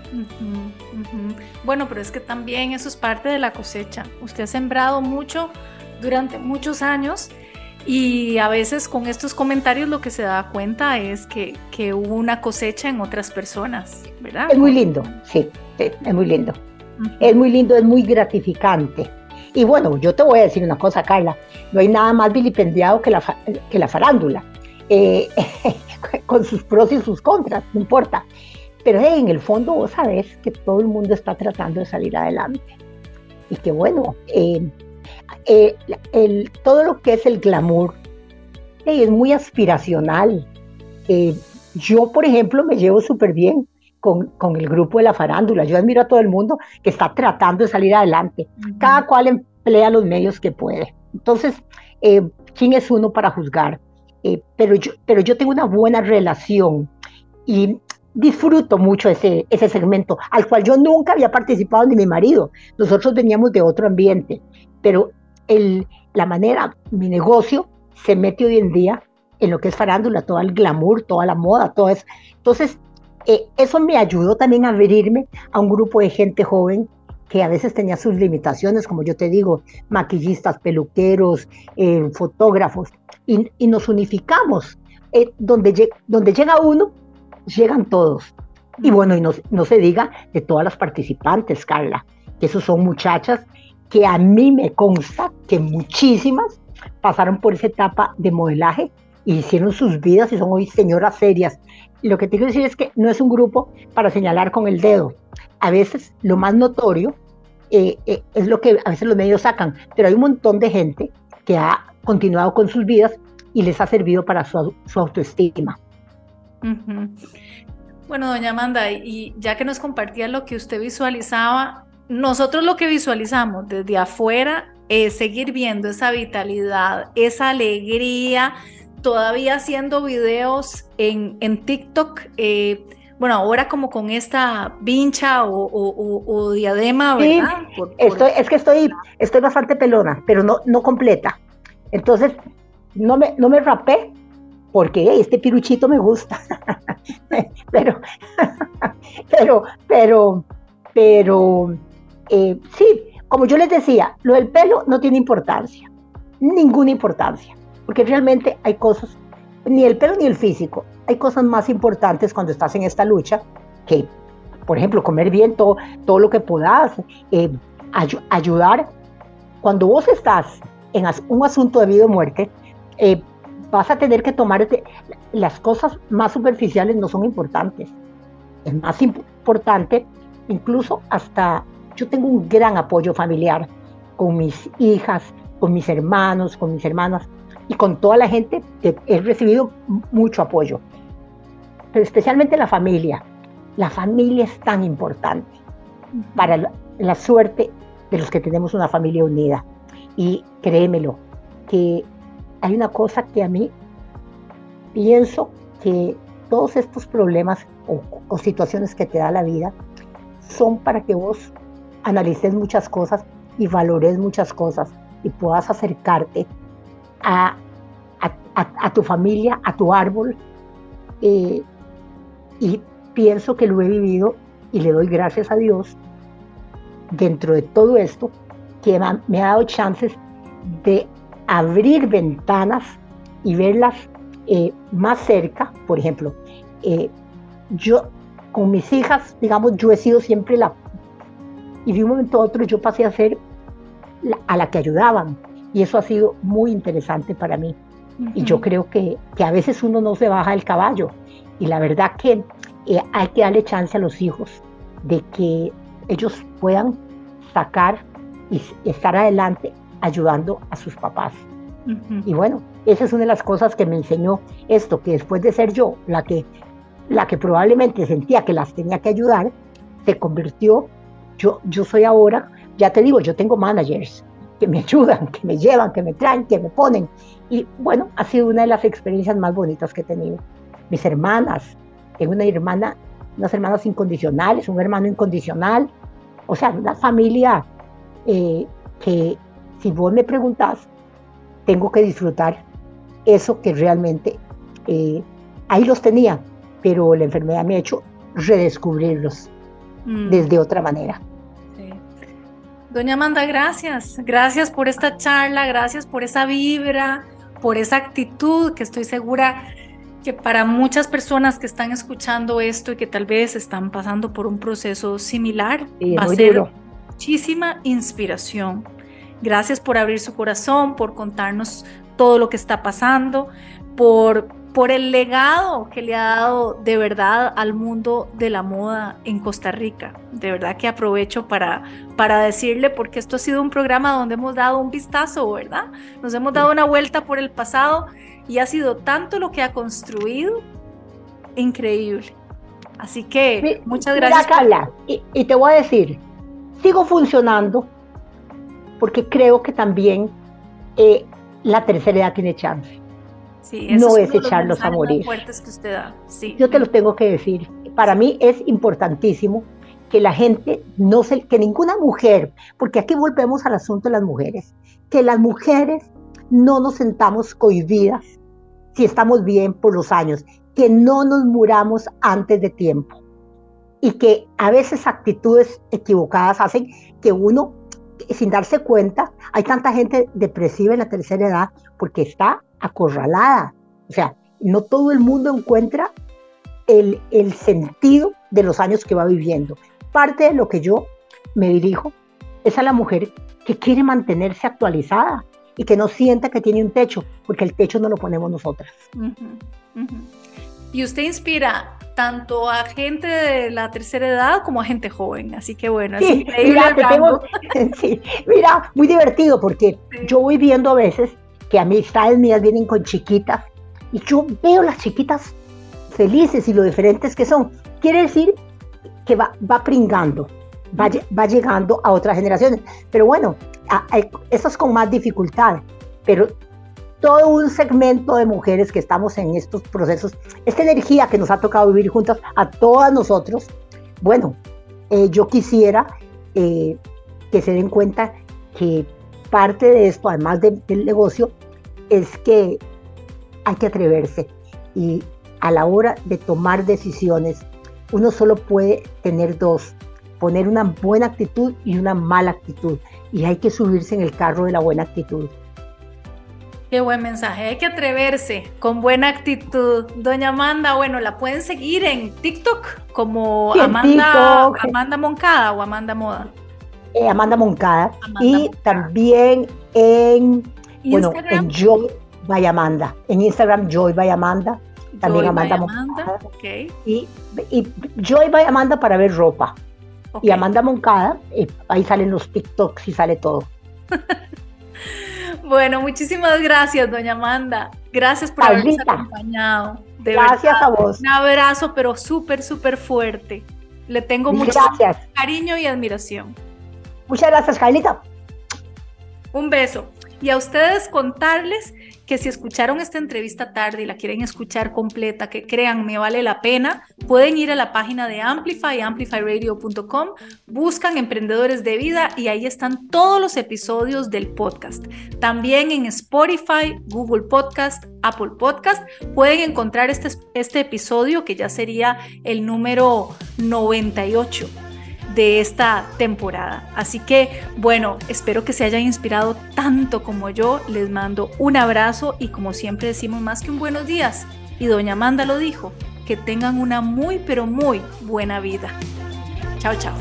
Bueno, pero es que también eso es parte de la cosecha. Usted ha sembrado mucho durante muchos años y a veces con estos comentarios lo que se da cuenta es que hubo una cosecha en otras personas, ¿verdad? Es muy lindo, sí, es muy lindo. Es muy lindo, es muy gratificante. Y bueno, yo te voy a decir una cosa, Carla, no hay nada más vilipendiado que la farándula, con sus pros y sus contras, no importa. Pero en el fondo vos sabés que todo el mundo está tratando de salir adelante. Y que bueno, todo lo que es el glamour es muy aspiracional. Yo, por ejemplo, me llevo súper bien con el grupo de la farándula. Yo admiro a todo el mundo que está tratando de salir adelante. Cada cual emplea los medios que puede. Entonces, ¿quién es uno para juzgar? Pero yo tengo una buena relación y disfruto mucho ese segmento, al cual yo nunca había participado ni mi marido. Nosotros veníamos de otro ambiente, pero la manera, mi negocio se mete hoy en día en lo que es farándula, todo el glamour, toda la moda, todo eso. Entonces, eso me ayudó también a abrirme a un grupo de gente joven que a veces tenía sus limitaciones, como yo te digo, maquillistas, peluqueros, fotógrafos, y nos unificamos. Donde llega uno, llegan todos. Y bueno, y no se diga de todas las participantes, Carla, que esos son muchachas que a mí me consta que muchísimas pasaron por esa etapa de modelaje y hicieron sus vidas y son hoy señoras serias. Y lo que te quiero decir es que no es un grupo para señalar con el dedo. A veces lo más notorio es lo que a veces los medios sacan, pero hay un montón de gente que ha continuado con sus vidas y les ha servido para su autoestima. Uh-huh. Bueno, doña Amanda, y ya que nos compartía lo que usted visualizaba, nosotros lo que visualizamos desde afuera es seguir viendo esa vitalidad, esa alegría, todavía haciendo videos en TikTok, bueno, ahora como con esta vincha o diadema, ¿verdad? Sí, es que estoy bastante pelona, pero no completa. Entonces, no me rapé, porque este piruchito me gusta. pero sí, como yo les decía, lo del pelo no tiene importancia, ninguna importancia, porque realmente hay cosas, ni el pelo ni el físico, hay cosas más importantes cuando estás en esta lucha, que, por ejemplo, comer bien todo lo que puedas, ayudar. Cuando vos estás en un asunto de vida o muerte, vas a tener que tomarte, las cosas más superficiales no son importantes, es más importante, incluso hasta, yo tengo un gran apoyo familiar con mis hijas, con mis hermanos, con mis hermanas, y con toda la gente que he recibido mucho apoyo, pero especialmente la familia es tan importante para la suerte de los que tenemos una familia unida. Y créemelo, que hay una cosa que a mí pienso que todos estos problemas o situaciones que te da la vida son para que vos analices muchas cosas y valores muchas cosas y puedas acercarte a tu familia, a tu árbol, y pienso que lo he vivido y le doy gracias a Dios dentro de todo esto que me ha dado chances de abrir ventanas y verlas más cerca. Por ejemplo, yo con mis hijas, digamos, yo he sido siempre y de un momento a otro yo pasé a ser a la que ayudaban, y eso ha sido muy interesante para mí. Uh-huh. Y yo creo que a veces uno no se baja del caballo, y la verdad que hay que darle chance a los hijos de que ellos puedan sacar y estar adelante ayudando a sus papás. Uh-huh. Y bueno, esa es una de las cosas que me enseñó esto, que después de ser yo la que probablemente sentía que las tenía que ayudar, se convirtió, yo soy ahora, ya te digo, yo tengo managers que me ayudan, que me llevan, que me traen, que me ponen, y bueno, ha sido una de las experiencias más bonitas que he tenido. Mis hermanas, tengo unas hermanas incondicionales, un hermano incondicional, o sea, una familia que si vos me preguntás, tengo que disfrutar eso que realmente ahí los tenía, pero la enfermedad me ha hecho redescubrirlos desde otra manera. Sí. Doña Amanda, gracias por esta charla, gracias por esa vibra, por esa actitud que estoy segura que para muchas personas que están escuchando esto y que tal vez están pasando por un proceso similar, va a ser muchísima inspiración. Gracias por abrir su corazón, por contarnos todo lo que está pasando, por el legado que le ha dado de verdad al mundo de la moda en Costa Rica. De verdad que aprovecho para decirle, porque esto ha sido un programa donde hemos dado un vistazo, ¿verdad? Nos hemos dado una vuelta por el pasado y ha sido tanto lo que ha construido, increíble. Así que muchas gracias. Mira, Carla, y te voy a decir, sigo funcionando porque creo que también la tercera edad tiene chance. Sí, no es echarlos a morir. Fuertes que usted da. Sí. Yo te los tengo que decir, para mí es importantísimo que la gente que ninguna mujer, porque aquí volvemos al asunto de las mujeres, que las mujeres no nos sentamos cohibidas si estamos bien por los años, que no nos muramos antes de tiempo y que a veces actitudes equivocadas hacen que uno, sin darse cuenta, hay tanta gente depresiva en la tercera edad porque está acorralada. O sea, no todo el mundo encuentra el sentido de los años que va viviendo. Parte de lo que yo me dirijo es a la mujer que quiere mantenerse actualizada y que no sienta que tiene un techo, porque el techo no lo ponemos nosotras. Y usted inspira tanto a gente de la tercera edad como a gente joven, así que bueno, es increíble. Mira, muy divertido, porque yo voy viendo a veces que amistades mías vienen con chiquitas y yo veo las chiquitas felices y lo diferentes que son. Quiere decir que va pringando, va llegando a otras generaciones. Pero bueno, eso es con más dificultad, pero todo un segmento de mujeres que estamos en estos procesos, esta energía que nos ha tocado vivir juntas a todas nosotros, bueno, yo quisiera que se den cuenta que parte de esto, además del negocio, es que hay que atreverse, y a la hora de tomar decisiones, uno solo puede tener dos: poner una buena actitud y una mala actitud, y hay que subirse en el carro de la buena actitud. Qué buen mensaje, hay que atreverse con buena actitud. Doña Amanda, bueno, la pueden seguir en TikTok como Amanda Moncada o Amanda Moda. Amanda Moncada. Y también en Joy by Amanda. En Instagram, Joy by Amanda. También Amanda Moncada. Okay. Y Joy by Amanda para ver ropa. Okay. Y Amanda Moncada, ahí salen los TikToks y sale todo. Bueno, muchísimas gracias, doña Amanda. Gracias por habernos acompañado. Gracias a vos. Un abrazo, pero súper, súper fuerte. Le tengo mucho cariño y admiración. Muchas gracias, Carlita. Un beso. Y a ustedes contarles que si escucharon esta entrevista tarde y la quieren escuchar completa, que créanme, vale la pena, pueden ir a la página de Amplify, amplifyradio.com, buscan Emprendedores de Vida y ahí están todos los episodios del podcast. También en Spotify, Google Podcast, Apple Podcast, pueden encontrar este episodio, que ya sería el número 98 de esta temporada. Así que, bueno, espero que se hayan inspirado tanto como yo. Les mando un abrazo y, como siempre decimos, más que un buenos días, y doña Amanda lo dijo, que tengan una muy, pero muy buena vida. Chao, chao.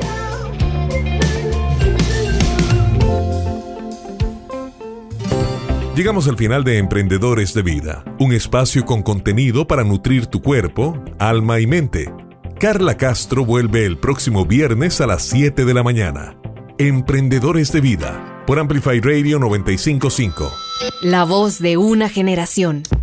Llegamos al final de Emprendedores de Vida, un espacio con contenido para nutrir tu cuerpo, alma y mente. Carla Castro vuelve el próximo viernes a las 7 de la mañana. Emprendedores de Vida, por Amplify Radio 95.5. La voz de una generación.